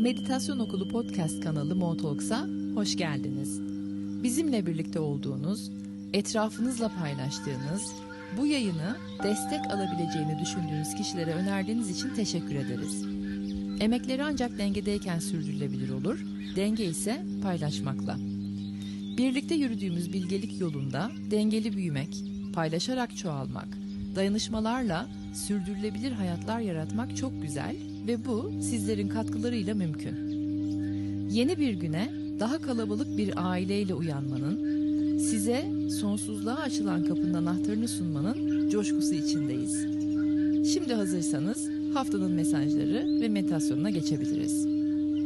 Meditasyon Okulu Podcast kanalı Motalks'a hoş geldiniz. Bizimle birlikte olduğunuz, etrafınızla paylaştığınız, bu yayını destek alabileceğini düşündüğünüz kişilere önerdiğiniz için teşekkür ederiz. Emekleri ancak dengedeyken sürdürülebilir olur, denge ise paylaşmakla. Birlikte yürüdüğümüz bilgelik yolunda dengeli büyümek, paylaşarak çoğalmak, dayanışmalarla sürdürülebilir hayatlar yaratmak çok güzel ve bu sizlerin katkılarıyla mümkün. Yeni bir güne daha kalabalık bir aileyle uyanmanın, size sonsuzluğa açılan kapının anahtarını sunmanın coşkusu içindeyiz. Şimdi hazırsanız haftanın mesajları ve meditasyonuna geçebiliriz.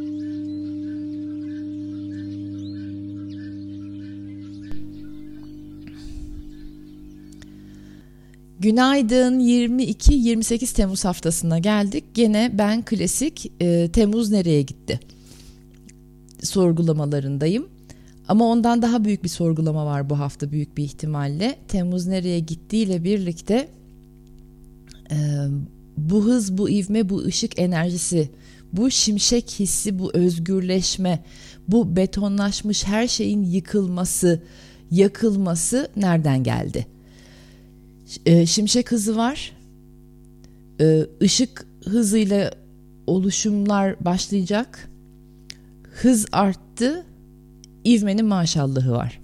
Günaydın, 22-28 Temmuz haftasına geldik. Gene ben klasik Temmuz nereye gitti sorgulamalarındayım. Ama ondan daha büyük bir sorgulama var bu hafta büyük bir ihtimalle. Temmuz nereye gittiğiyle birlikte bu hız, bu ivme, bu ışık enerjisi, bu şimşek hissi, bu özgürleşme, bu betonlaşmış her şeyin yıkılması, yakılması nereden geldi? Şimşek hızı var, ışık hızıyla oluşumlar başlayacak, hız arttı, ivmenin maşallahı var.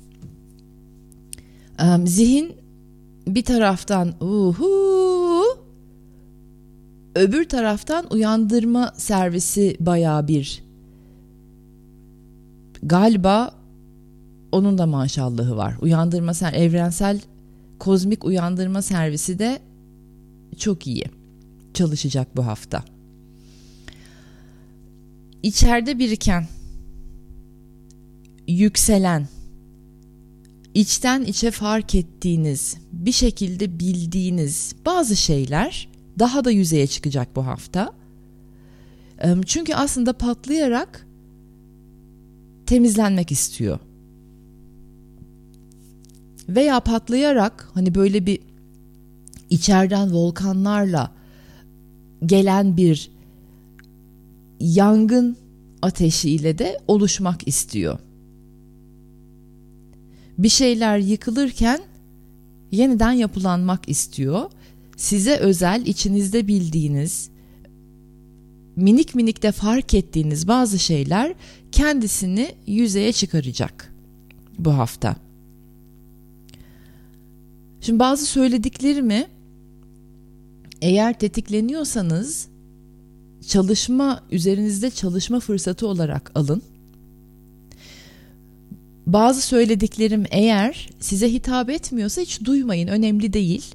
Zihin bir taraftan öbür taraftan uyandırma servisi bayağı bir, galiba onun da maşallahı var. Uyandırma evrensel kozmik uyandırma servisi de çok iyi çalışacak bu hafta. İçeride biriken, yükselen, içten içe fark ettiğiniz, bir şekilde bildiğiniz bazı şeyler daha da yüzeye çıkacak bu hafta. Çünkü aslında patlayarak temizlenmek istiyor. Veya patlayarak hani böyle bir içeriden volkanlarla gelen bir yangın ateşiyle de oluşmak istiyor. Bir şeyler yıkılırken yeniden yapılanmak istiyor. Size özel, içinizde bildiğiniz, minik minik de fark ettiğiniz bazı şeyler kendisini yüzeye çıkaracak bu hafta. Şimdi bazı söylediklerimi eğer tetikleniyorsanız üzerinizde çalışma fırsatı olarak alın. Bazı söylediklerim eğer size hitap etmiyorsa hiç duymayın, önemli değil.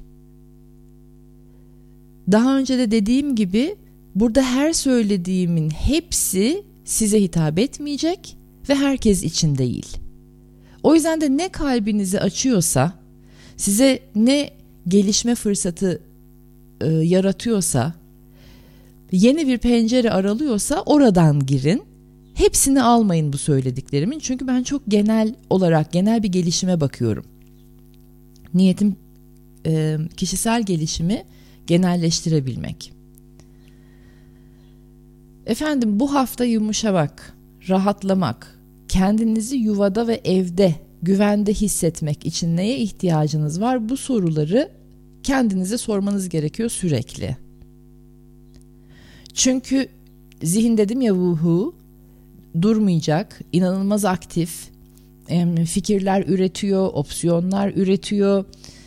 Daha önce de dediğim gibi burada her söylediğimin hepsi size hitap etmeyecek ve herkes için değil. O yüzden de ne kalbinizi açıyorsa, size ne gelişme fırsatı yaratıyorsa, yeni bir pencere aralıyorsa oradan girin. Hepsini almayın bu söylediklerimin. Çünkü ben çok genel olarak genel bir gelişime bakıyorum. Niyetim kişisel gelişimi genelleştirebilmek. Efendim bu hafta yumuşamak, rahatlamak, kendinizi yuvada ve evde, güvende hissetmek için neye ihtiyacınız var? Bu soruları kendinize sormanız gerekiyor sürekli. Çünkü zihin dedim ya durmayacak, inanılmaz aktif, fikirler üretiyor, opsiyonlar üretiyor,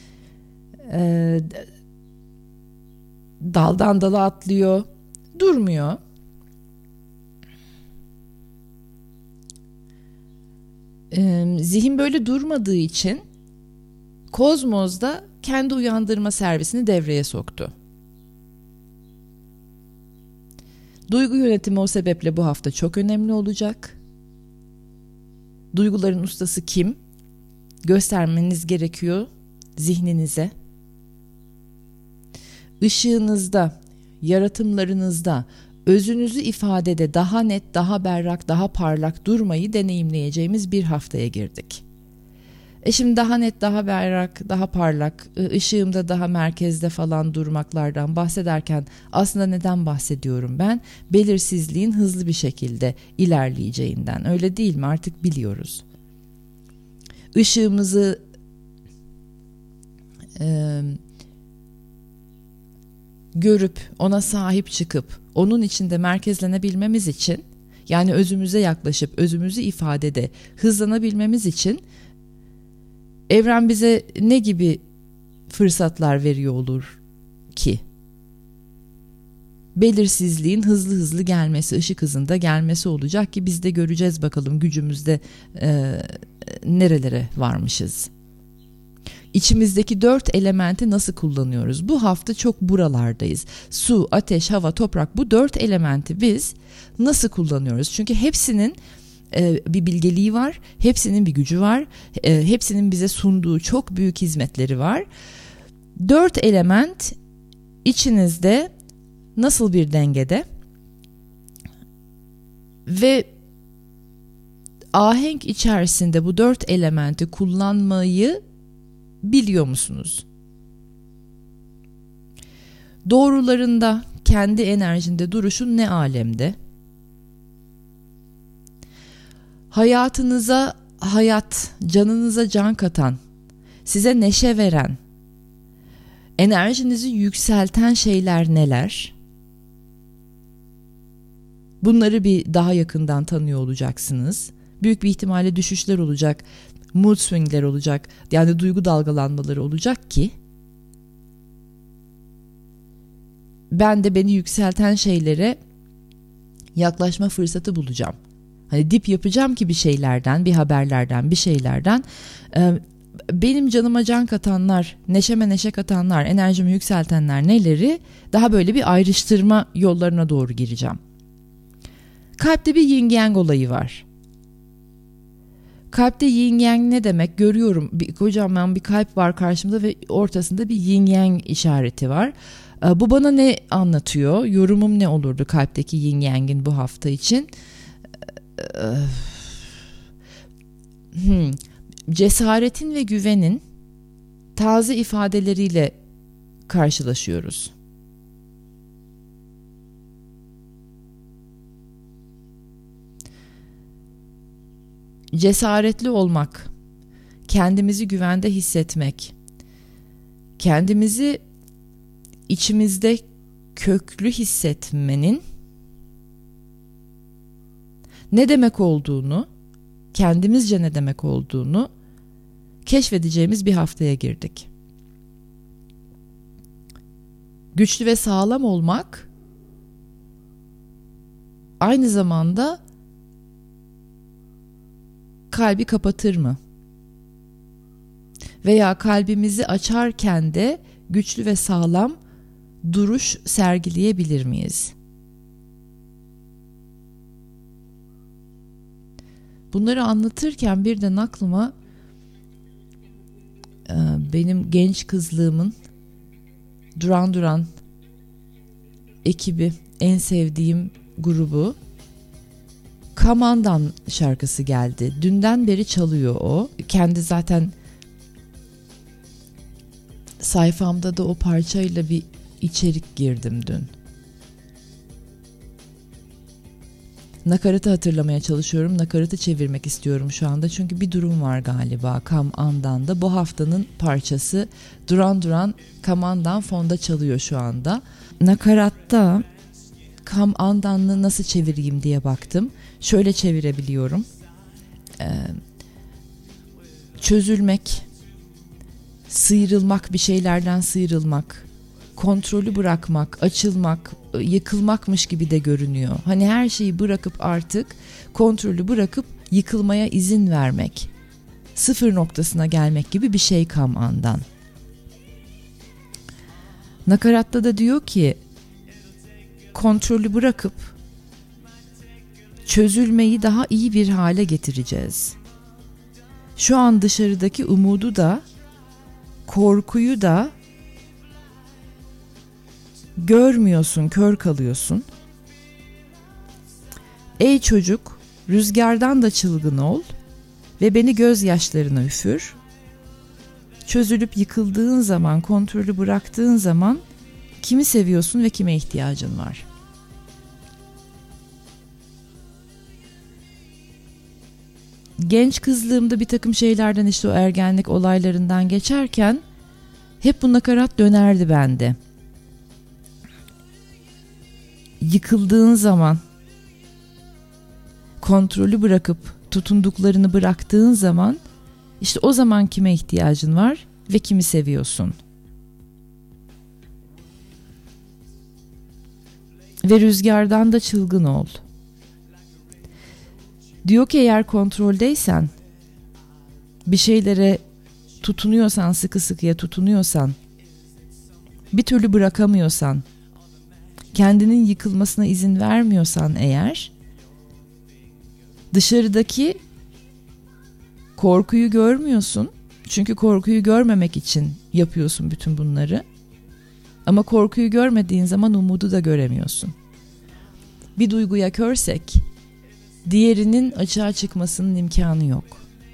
daldan dala atlıyor, durmuyor. Zihin böyle durmadığı için kozmozda kendi uyandırma servisini devreye soktu. Duygu yönetimi o sebeple bu hafta çok önemli olacak. Duyguların ustası kim? Göstermeniz gerekiyor zihninize. Işığınızda, yaratımlarınızda, özünüzü ifadede daha net, daha berrak, daha parlak durmayı deneyimleyeceğimiz bir haftaya girdik. Şimdi daha net, daha berrak, daha parlak, ışığımda daha merkezde falan durmaklardan bahsederken aslında neden bahsediyorum ben? Belirsizliğin hızlı bir şekilde ilerleyeceğinden. Öyle değil mi? Artık biliyoruz. Işığımızı görüp ona sahip çıkıp onun içinde merkezlenebilmemiz için, yani özümüze yaklaşıp özümüzü ifadede hızlanabilmemiz için evren bize ne gibi fırsatlar veriyor olur ki? Belirsizliğin hızlı hızlı gelmesi, ışık hızında gelmesi olacak ki biz de göreceğiz bakalım gücümüzde nerelere varmışız. İçimizdeki 4 elementi nasıl kullanıyoruz? Bu hafta çok buralardayız. Su, ateş, hava, toprak, bu 4 elementi biz nasıl kullanıyoruz? Çünkü hepsinin bir bilgeliği var, hepsinin bir gücü var, hepsinin bize sunduğu çok büyük hizmetleri var. 4 element içinizde nasıl bir dengede ve ahenk içerisinde bu 4 elementi kullanmayı biliyor musunuz? Doğrularında, kendi enerjinde duruşun ne alemde? Hayatınıza hayat, canınıza can katan, size neşe veren, enerjinizi yükselten şeyler neler? Bunları bir daha yakından tanıyor olacaksınız. Büyük bir ihtimalle düşüşler olacak, mood swingler olacak, yani duygu dalgalanmaları olacak ki ben de beni yükselten şeylere yaklaşma fırsatı bulacağım. Hani dip yapacağım ki bir şeylerden, bir haberlerden, bir şeylerden benim canıma can katanlar, neşeme neşe katanlar, enerjimi yükseltenler neleri, daha böyle bir ayrıştırma yollarına doğru gireceğim. Kalpte bir yin yang olayı var. Kalpte yin yang ne demek? Görüyorum, kocaman bir kalp var karşımda ve ortasında bir yin yang işareti var. Bu bana ne anlatıyor? Yorumum ne olurdu kalpteki yin yang'in bu hafta için? Cesaretin ve güvenin taze ifadeleriyle karşılaşıyoruz. Cesaretli olmak, kendimizi güvende hissetmek, kendimizi içimizde köklü hissetmenin ne demek olduğunu, kendimizce ne demek olduğunu keşfedeceğimiz bir haftaya girdik. Güçlü ve sağlam olmak aynı zamanda kalbi kapatır mı? Veya kalbimizi açarken de güçlü ve sağlam duruş sergileyebilir miyiz? Bunları anlatırken birden aklıma benim genç kızlığımın Duran Duran ekibi, en sevdiğim grubu Kamandan şarkısı geldi. Dünden beri çalıyor o. Kendi zaten sayfamda da o parçayla bir içerik girdim dün. Nakaratı hatırlamaya çalışıyorum. Nakaratı çevirmek istiyorum şu anda. Çünkü bir durum var galiba Kamandan da. Bu haftanın parçası Duran Duran Kamandan fonda çalıyor şu anda. Nakaratta Kamandan'ı nasıl çevireyim diye baktım. Şöyle çevirebiliyorum. Çözülmek, sıyrılmak, bir şeylerden sıyrılmak, kontrolü bırakmak, açılmak, yıkılmakmış gibi de görünüyor. Hani her şeyi bırakıp artık kontrolü bırakıp yıkılmaya izin vermek. Sıfır noktasına gelmek gibi bir şey Kamandan. Nakaratta da diyor ki kontrolü bırakıp çözülmeyi daha iyi bir hale getireceğiz. Şu an dışarıdaki umudu da korkuyu da görmüyorsun, kör kalıyorsun. Ey çocuk, rüzgardan da çılgın ol ve beni gözyaşlarına üfür. çözülüp yıkıldığın zaman, kontrolü bıraktığın zaman kimi seviyorsun ve kime ihtiyacın var? Genç kızlığımda bir takım şeylerden, işte o ergenlik olaylarından geçerken hep bu nakarat dönerdi bende. Yıkıldığın zaman, kontrolü bırakıp tutunduklarını bıraktığın zaman, işte o zaman kime ihtiyacın var ve kimi seviyorsun? Ve rüzgardan da çılgın ol. Diyor ki eğer kontroldeysen, bir şeylere tutunuyorsan, sıkı sıkıya tutunuyorsan, bir türlü bırakamıyorsan, kendinin yıkılmasına izin vermiyorsan eğer, dışarıdaki korkuyu görmüyorsun. Çünkü korkuyu görmemek için yapıyorsun bütün bunları. Ama korkuyu görmediğin zaman umudu da göremiyorsun. Bir duyguya körsek, diğerinin açığa çıkmasının imkanı yok.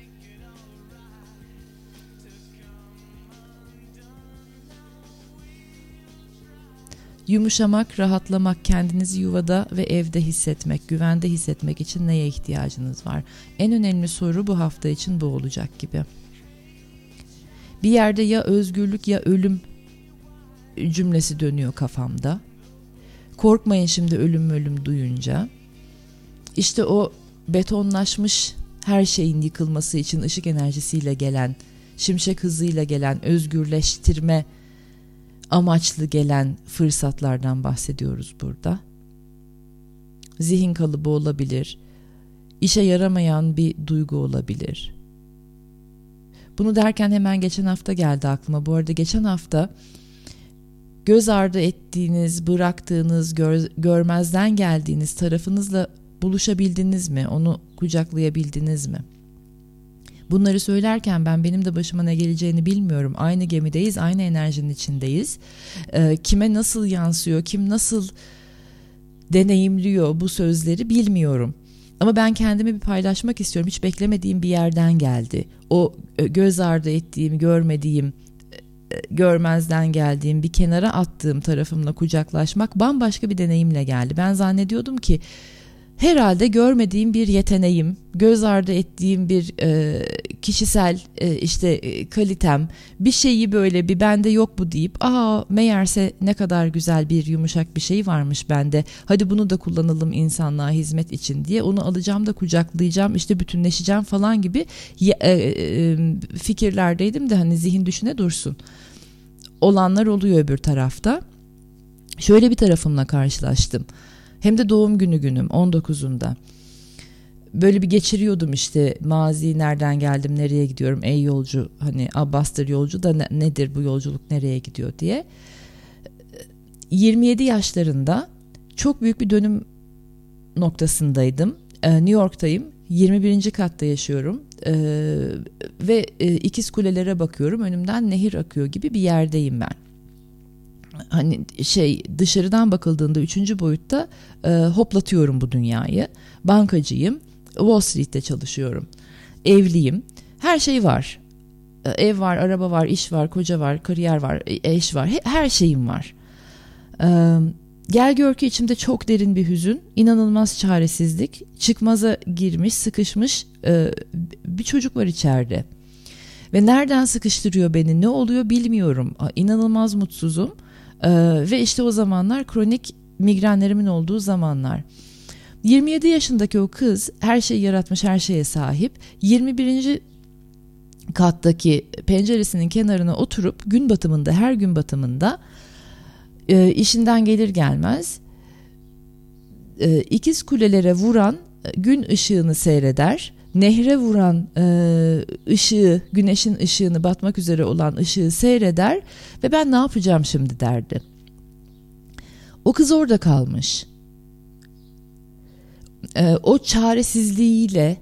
Yumuşamak, rahatlamak, kendinizi yuvada ve evde hissetmek, güvende hissetmek için neye ihtiyacınız var? En önemli soru bu hafta için bu olacak gibi. Bir yerde ya özgürlük ya ölüm cümlesi dönüyor kafamda. Korkmayın şimdi ölüm duyunca. İşte o betonlaşmış her şeyin yıkılması için ışık enerjisiyle gelen, şimşek hızıyla gelen, özgürleştirme amaçlı gelen fırsatlardan bahsediyoruz burada. Zihin kalıbı olabilir, işe yaramayan bir duygu olabilir. Bunu derken hemen geçen hafta geldi aklıma. Bu arada geçen hafta göz ardı ettiğiniz, bıraktığınız, görmezden geldiğiniz tarafınızla buluşabildiniz mi? Onu kucaklayabildiniz mi? Bunları söylerken benim de başıma ne geleceğini bilmiyorum. Aynı gemideyiz, aynı enerjinin içindeyiz. Kime nasıl yansıyor, kim nasıl deneyimliyor bu sözleri bilmiyorum. Ama ben kendimi bir paylaşmak istiyorum. Hiç beklemediğim bir yerden geldi. O göz ardı ettiğim, görmediğim, görmezden geldiğim, bir kenara attığım tarafımla kucaklaşmak bambaşka bir deneyimle geldi. Ben zannediyordum ki herhalde görmediğim bir yeteneğim, göz ardı ettiğim bir kişisel kalitem, bir şeyi böyle bir bende yok bu deyip meğerse ne kadar güzel bir yumuşak bir şey varmış bende. Hadi bunu da kullanalım insanlığa hizmet için diye onu alacağım da kucaklayacağım, işte bütünleşeceğim falan gibi fikirlerdeydim de hani zihin düşüne dursun. Olanlar oluyor öbür tarafta. Şöyle bir tarafımla karşılaştım. Hem de doğum günüm 19'unda. Böyle bir geçiriyordum işte mazi, nereden geldim, nereye gidiyorum, ey yolcu, hani Abbas'tır yolcu da nedir bu yolculuk, nereye gidiyor diye. 27 yaşlarında çok büyük bir dönüm noktasındaydım. New York'tayım, 21. katta yaşıyorum ve ikiz kulelere bakıyorum, önümden nehir akıyor gibi bir yerdeyim ben. Hani dışarıdan bakıldığında 3. boyutta hoplatıyorum bu dünyayı. Bankacıyım, Wall Street'te çalışıyorum, evliyim, her şey var. Ev var, araba var, iş var, koca var, kariyer var, eş var, her şeyim var. Gel gör ki içimde çok derin bir hüzün, inanılmaz çaresizlik, çıkmaza girmiş, sıkışmış bir çocuk var içeride. Ve nereden sıkıştırıyor beni, ne oluyor bilmiyorum. İnanılmaz mutsuzum. Ve işte o zamanlar kronik migrenlerimin olduğu zamanlar. 27 yaşındaki o kız her şeyi yaratmış, her şeye sahip. 21. kattaki penceresinin kenarına oturup gün batımında, her gün batımında işinden gelir gelmez ikiz kulelere vuran gün ışığını seyreder. Nehre vuran ışığı, güneşin ışığını, batmak üzere olan ışığı seyreder ve ben ne yapacağım şimdi derdi. O kız orada kalmış. O çaresizliğiyle,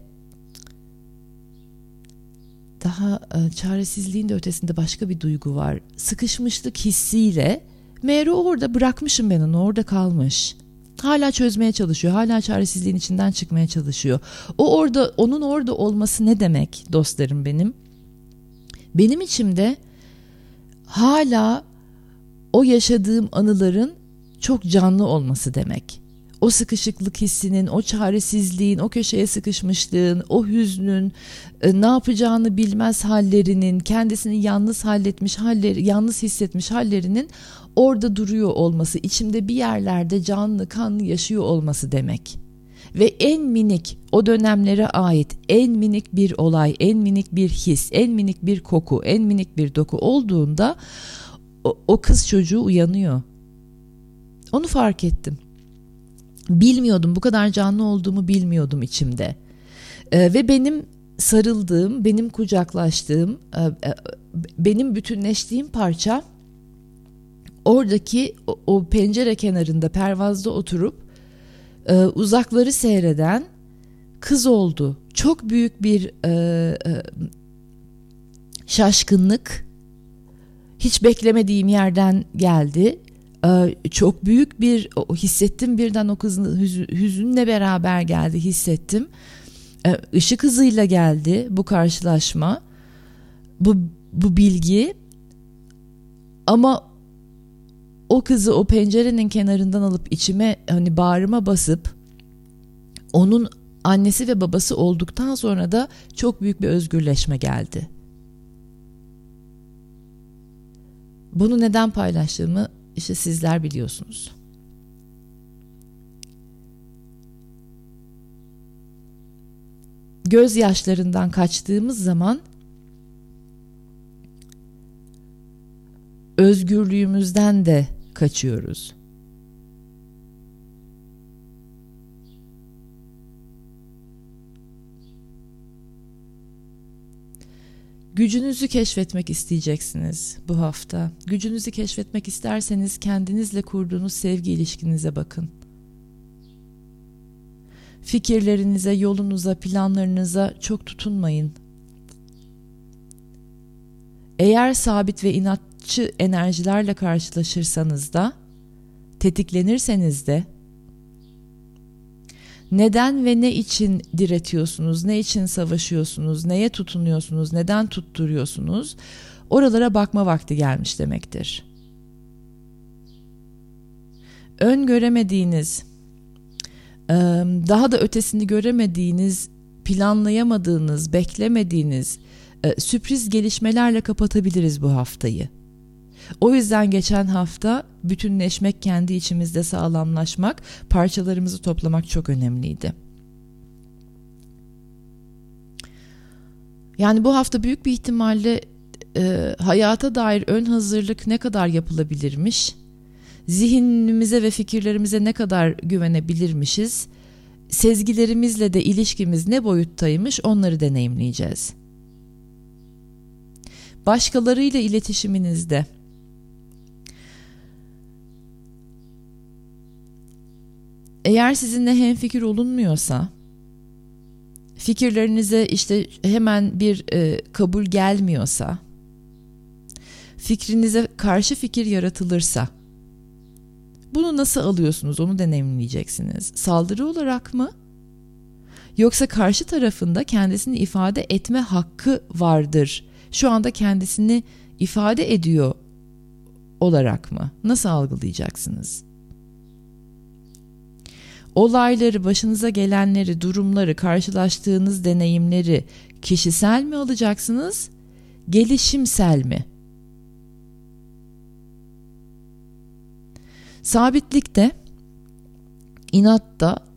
daha çaresizliğin de ötesinde başka bir duygu var. Sıkışmışlık hissiyle, meğer orada, bırakmışım ben onu, orada kalmış. Hala çözmeye çalışıyor, hala çaresizliğin içinden çıkmaya çalışıyor. Onun orada olması ne demek dostlarım benim? Benim içimde hala o yaşadığım anıların çok canlı olması demek. O sıkışıklık hissinin, o çaresizliğin, o köşeye sıkışmışlığın, o hüznün, ne yapacağını bilmez hallerinin, kendisini yalnız hissetmiş hallerinin orada duruyor olması, içimde bir yerlerde canlı kanlı yaşıyor olması demek. Ve en minik, o dönemlere ait en minik bir olay, en minik bir his, en minik bir koku, en minik bir doku olduğunda o kız çocuğu uyanıyor. Onu fark ettim. Bilmiyordum, bu kadar canlı olduğumu bilmiyordum içimde. Ve benim sarıldığım, benim kucaklaştığım, benim bütünleştiğim parça oradaki o pencere kenarında pervazda oturup uzakları seyreden kız oldu. Çok büyük bir şaşkınlık, hiç beklemediğim yerden geldi. Çok büyük bir hissettim, birden o kızın hüzünle beraber geldi, hissettim. Işık hızıyla geldi bu karşılaşma, bu bilgi. Ama o kızı o pencerenin kenarından alıp içime, hani bağrıma basıp onun annesi ve babası olduktan sonra da çok büyük bir özgürleşme geldi. Bunu neden paylaştığımı işte sizler biliyorsunuz. Gözyaşlarından kaçtığımız zaman özgürlüğümüzden de kaçıyoruz. Gücünüzü keşfetmek isteyeceksiniz bu hafta. Gücünüzü keşfetmek isterseniz kendinizle kurduğunuz sevgi ilişkinize bakın. Fikirlerinize, yolunuza, planlarınıza çok tutunmayın. Eğer sabit ve inatçı enerjilerle karşılaşırsanız da, tetiklenirseniz de, neden ve ne için diretiyorsunuz, ne için savaşıyorsunuz, neye tutunuyorsunuz, neden tutturuyorsunuz, oralara bakma vakti gelmiş demektir. Öngöremediğiniz, daha da ötesini göremediğiniz, planlayamadığınız, beklemediğiniz sürpriz gelişmelerle kapatabiliriz bu haftayı. O yüzden geçen hafta bütünleşmek, kendi içimizde sağlamlaşmak, parçalarımızı toplamak çok önemliydi. Yani bu hafta büyük bir ihtimalle hayata dair ön hazırlık ne kadar yapılabilirmiş, zihnimize ve fikirlerimize ne kadar güvenebilirmişiz, sezgilerimizle de ilişkimiz ne boyuttaymış, onları deneyimleyeceğiz. Başkalarıyla iletişiminizde eğer sizinle hemfikir olunmuyorsa, fikirlerinize işte hemen bir kabul gelmiyorsa, fikrinize karşı fikir yaratılırsa, bunu nasıl alıyorsunuz, onu deneyimleyeceksiniz. Saldırı olarak mı? Yoksa karşı tarafında kendisini ifade etme hakkı vardır, şu anda kendisini ifade ediyor olarak mı? Nasıl algılayacaksınız? Olayları, başınıza gelenleri, durumları, karşılaştığınız deneyimleri kişisel mi alacaksınız, gelişimsel mi? Sabitlikte, inatta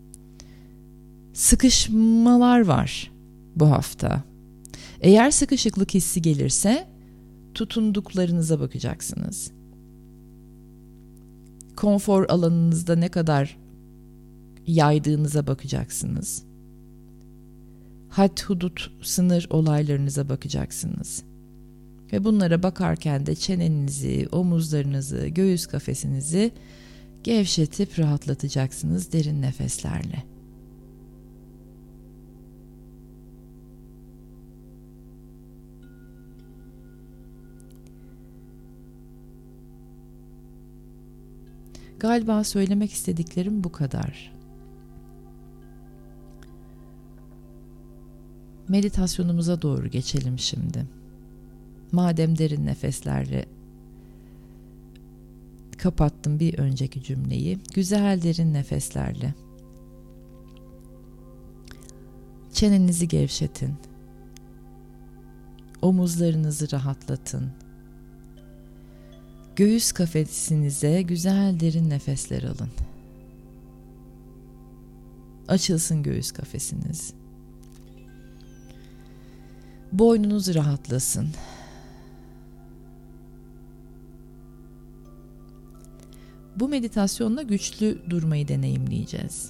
sıkışmalar var bu hafta. Eğer sıkışıklık hissi gelirse tutunduklarınıza bakacaksınız. Konfor alanınızda ne kadar yaydığınıza bakacaksınız. Had hudut sınır olaylarınıza bakacaksınız. Ve bunlara bakarken de çenenizi, omuzlarınızı, göğüs kafesinizi gevşetip rahatlatacaksınız derin nefeslerle. Galiba söylemek istediklerim bu kadar. Meditasyonumuza doğru geçelim şimdi. Madem derin nefeslerle kapattım bir önceki cümleyi, güzel derin nefeslerle çenenizi gevşetin. Omuzlarınızı rahatlatın. Göğüs kafesinize güzel derin nefesler alın. Açılsın göğüs kafesiniz. Boynunuz rahatlasın. Bu meditasyonla güçlü durmayı deneyimleyeceğiz.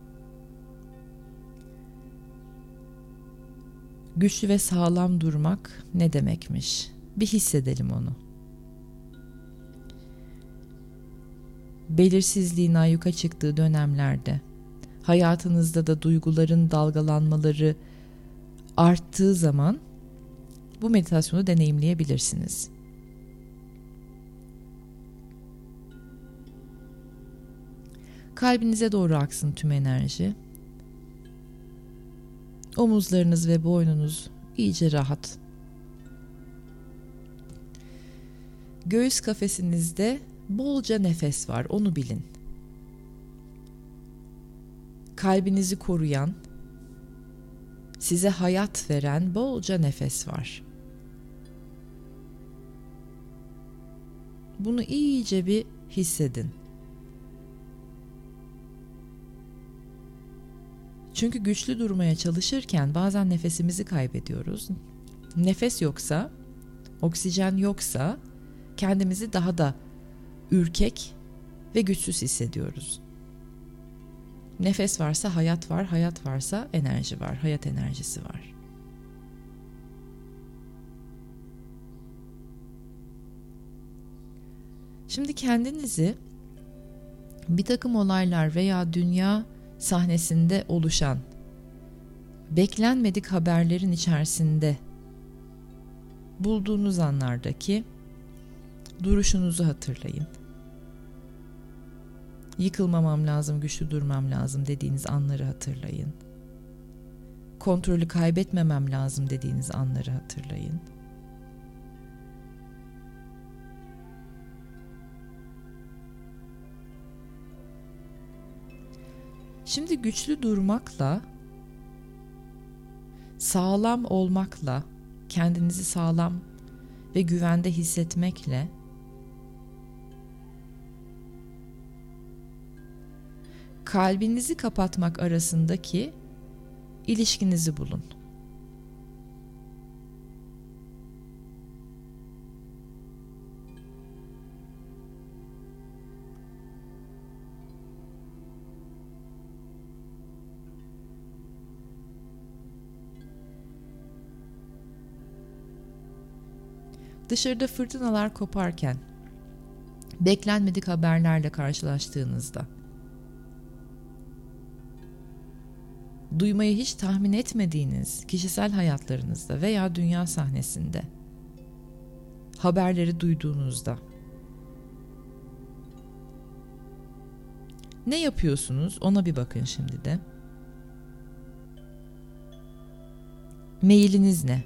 Güçlü ve sağlam durmak ne demekmiş? Bir hissedelim onu. Belirsizliğin ayyuka çıktığı dönemlerde, hayatınızda da duyguların dalgalanmaları arttığı zaman bu meditasyonu deneyimleyebilirsiniz. Kalbinize doğru aksın tüm enerji. Omuzlarınız ve boynunuz iyice rahat. Göğüs kafesinizde bolca nefes var, onu bilin. Kalbinizi koruyan, size hayat veren bolca nefes var. Bunu iyice bir hissedin. Çünkü güçlü durmaya çalışırken bazen nefesimizi kaybediyoruz. Nefes yoksa, oksijen yoksa kendimizi daha da ürkek ve güçsüz hissediyoruz. Nefes varsa hayat var, hayat varsa enerji var, hayat enerjisi var. Şimdi kendinizi bir takım olaylar veya dünya sahnesinde oluşan beklenmedik haberlerin içerisinde bulduğunuz anlardaki duruşunuzu hatırlayın. Yıkılmamam lazım, güçlü durmam lazım dediğiniz anları hatırlayın. Kontrolü kaybetmemem lazım dediğiniz anları hatırlayın. Şimdi güçlü durmakla, sağlam olmakla, kendinizi sağlam ve güvende hissetmekle kalbinizi kapatmak arasındaki ilişkinizi bulun. Dışarıda fırtınalar koparken, beklenmedik haberlerle karşılaştığınızda, duymayı hiç tahmin etmediğiniz kişisel hayatlarınızda veya dünya sahnesinde haberleri duyduğunuzda ne yapıyorsunuz? Ona bir bakın şimdi de. Meyiliniz ne?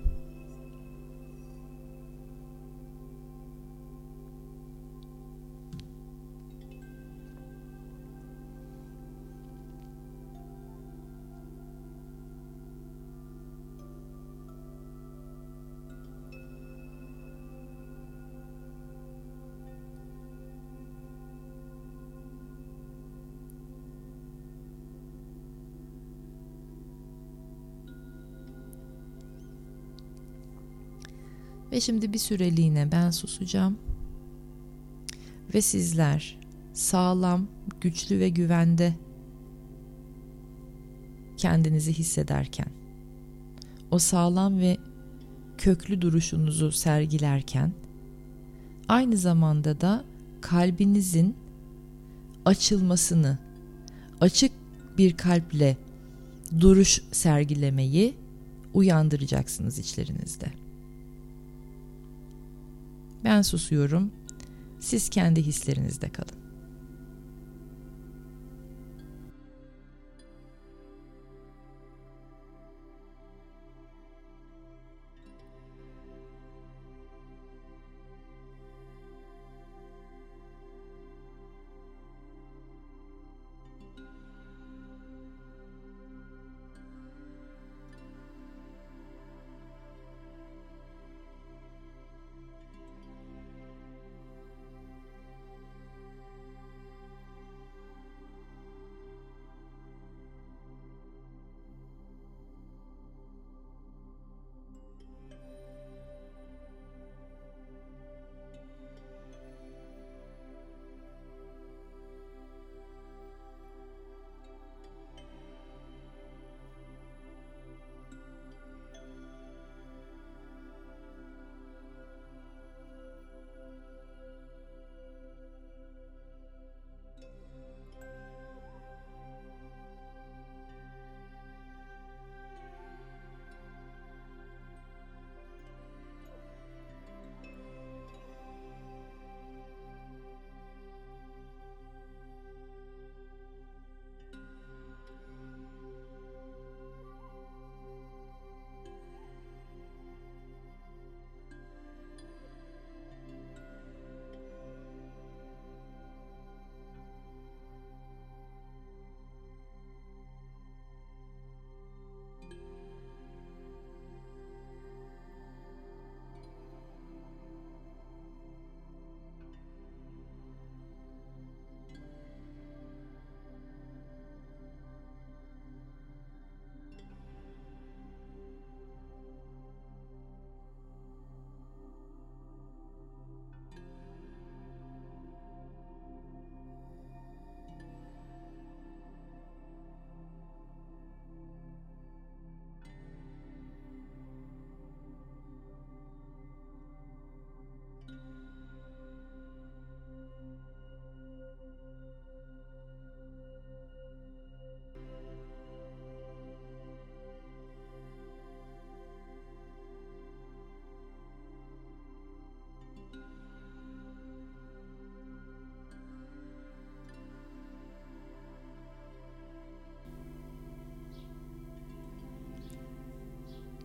Ve şimdi bir süreliğine ben susacağım ve sizler sağlam, güçlü ve güvende kendinizi hissederken, o sağlam ve köklü duruşunuzu sergilerken, aynı zamanda da kalbinizin açılmasını, açık bir kalple duruş sergilemeyi uyandıracaksınız içlerinizde. Ben susuyorum, siz kendi hislerinizde kalın.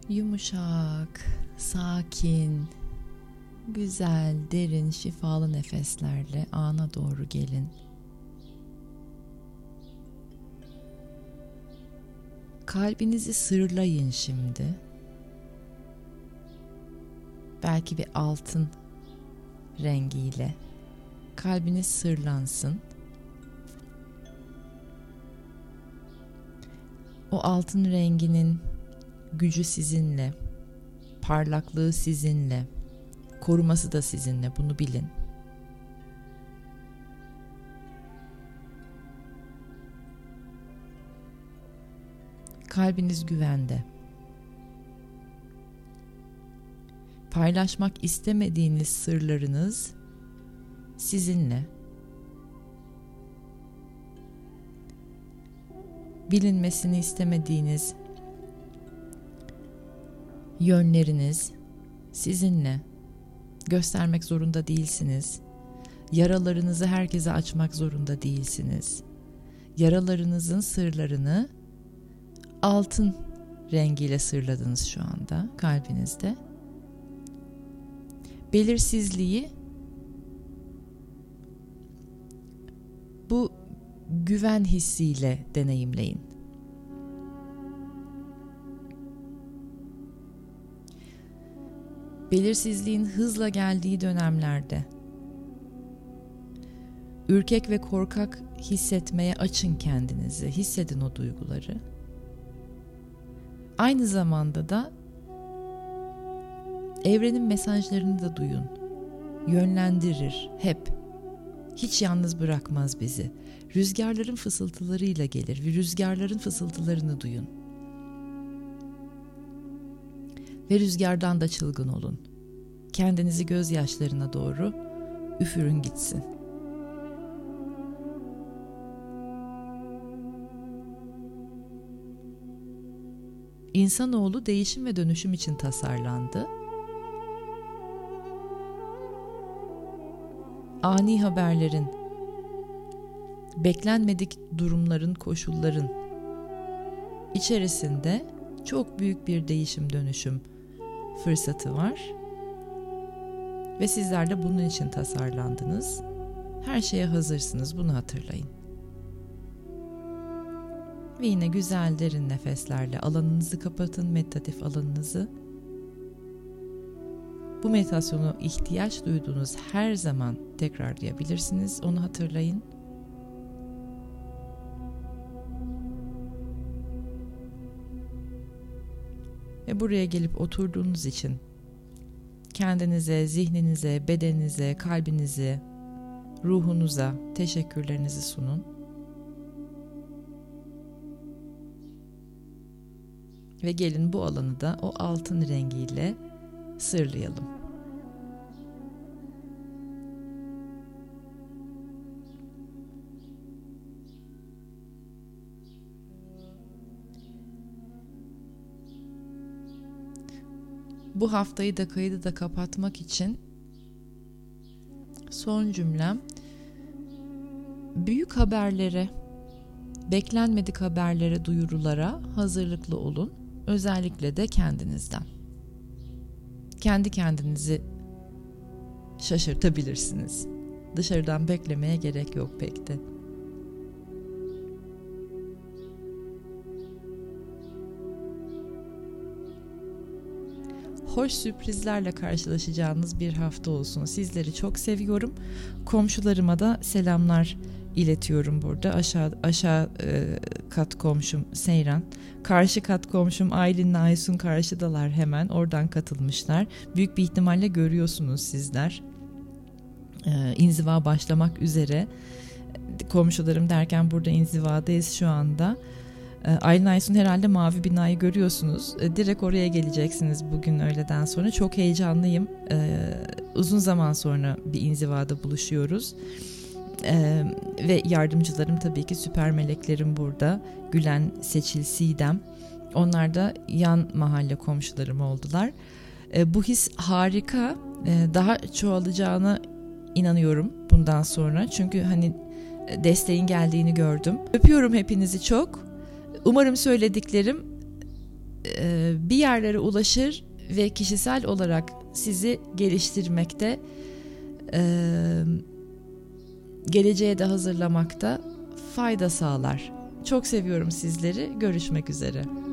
Yumuşak, sakin, güzel, derin, şifalı nefeslerle ana doğru gelin. Kalbinizi sırlayın şimdi. Belki bir altın rengiyle kalbiniz sırlansın. O altın renginin gücü sizinle, parlaklığı sizinle, koruması da sizinle, bunu bilin. Kalbiniz güvende. Paylaşmak istemediğiniz sırlarınız sizinle. Bilinmesini istemediğiniz yönleriniz sizinle. Göstermek zorunda değilsiniz. Yaralarınızı herkese açmak zorunda değilsiniz. Yaralarınızın sırlarını altın rengiyle sırladınız şu anda kalbinizde. Belirsizliği bu güven hissiyle deneyimleyin. Belirsizliğin hızla geldiği dönemlerde ürkek ve korkak hissetmeye açın kendinizi, hissedin o duyguları. Aynı zamanda da evrenin mesajlarını da duyun. Yönlendirir hep. Hiç yalnız bırakmaz bizi. Rüzgarların fısıltılarıyla gelir ve rüzgarların fısıltılarını duyun. Ve rüzgardan da çılgın olun. Kendinizi gözyaşlarına doğru üfürün gitsin. İnsanoğlu değişim ve dönüşüm için tasarlandı. Ani haberlerin, beklenmedik durumların, koşulların içerisinde çok büyük bir değişim, dönüşüm fırsatı var. Ve sizler de bunun için tasarlandınız. Her şeye hazırsınız, bunu hatırlayın. Ve yine güzel derin nefeslerle alanınızı kapatın, meditatif alanınızı. Bu meditasyonu ihtiyaç duyduğunuz her zaman tekrarlayabilirsiniz, onu hatırlayın. Ve buraya gelip oturduğunuz için kendinize, zihninize, bedeninize, kalbinize, ruhunuza teşekkürlerinizi sunun. Ve gelin bu alanı da o altın rengiyle sırlayalım. Bu haftayı da kaydı da kapatmak için son cümlem, büyük haberlere, beklenmedik haberlere, duyurulara hazırlıklı olun. Özellikle de kendinizden. Kendi kendinizi şaşırtabilirsiniz. Dışarıdan beklemeye gerek yok pek de. Hoş sürprizlerle karşılaşacağınız bir hafta olsun. Sizleri çok seviyorum. Komşularıma da selamlar iletiyorum burada. Aşağı kat komşum Seyran, karşı kat komşum Aylin'le Aysun karşıdalar, hemen oradan katılmışlar. Büyük bir ihtimalle görüyorsunuz sizler. İnziva başlamak üzere. Komşularım derken burada inzivadayız şu anda. Aylin Aysun herhalde mavi binayı görüyorsunuz. Direkt oraya geleceksiniz bugün öğleden sonra. Çok heyecanlıyım. Uzun zaman sonra bir inzivada buluşuyoruz. Ve yardımcılarım tabii ki süper meleklerim burada. Gülen, Seçil, Sidem. Onlar da yan mahalle komşularım oldular. Bu his harika. Daha çoğalacağına inanıyorum bundan sonra. Çünkü hani desteğin geldiğini gördüm. Öpüyorum hepinizi çok. Umarım söylediklerim bir yerlere ulaşır ve kişisel olarak sizi geliştirmekte, geleceğe de hazırlamakta fayda sağlar. Çok seviyorum sizleri. Görüşmek üzere.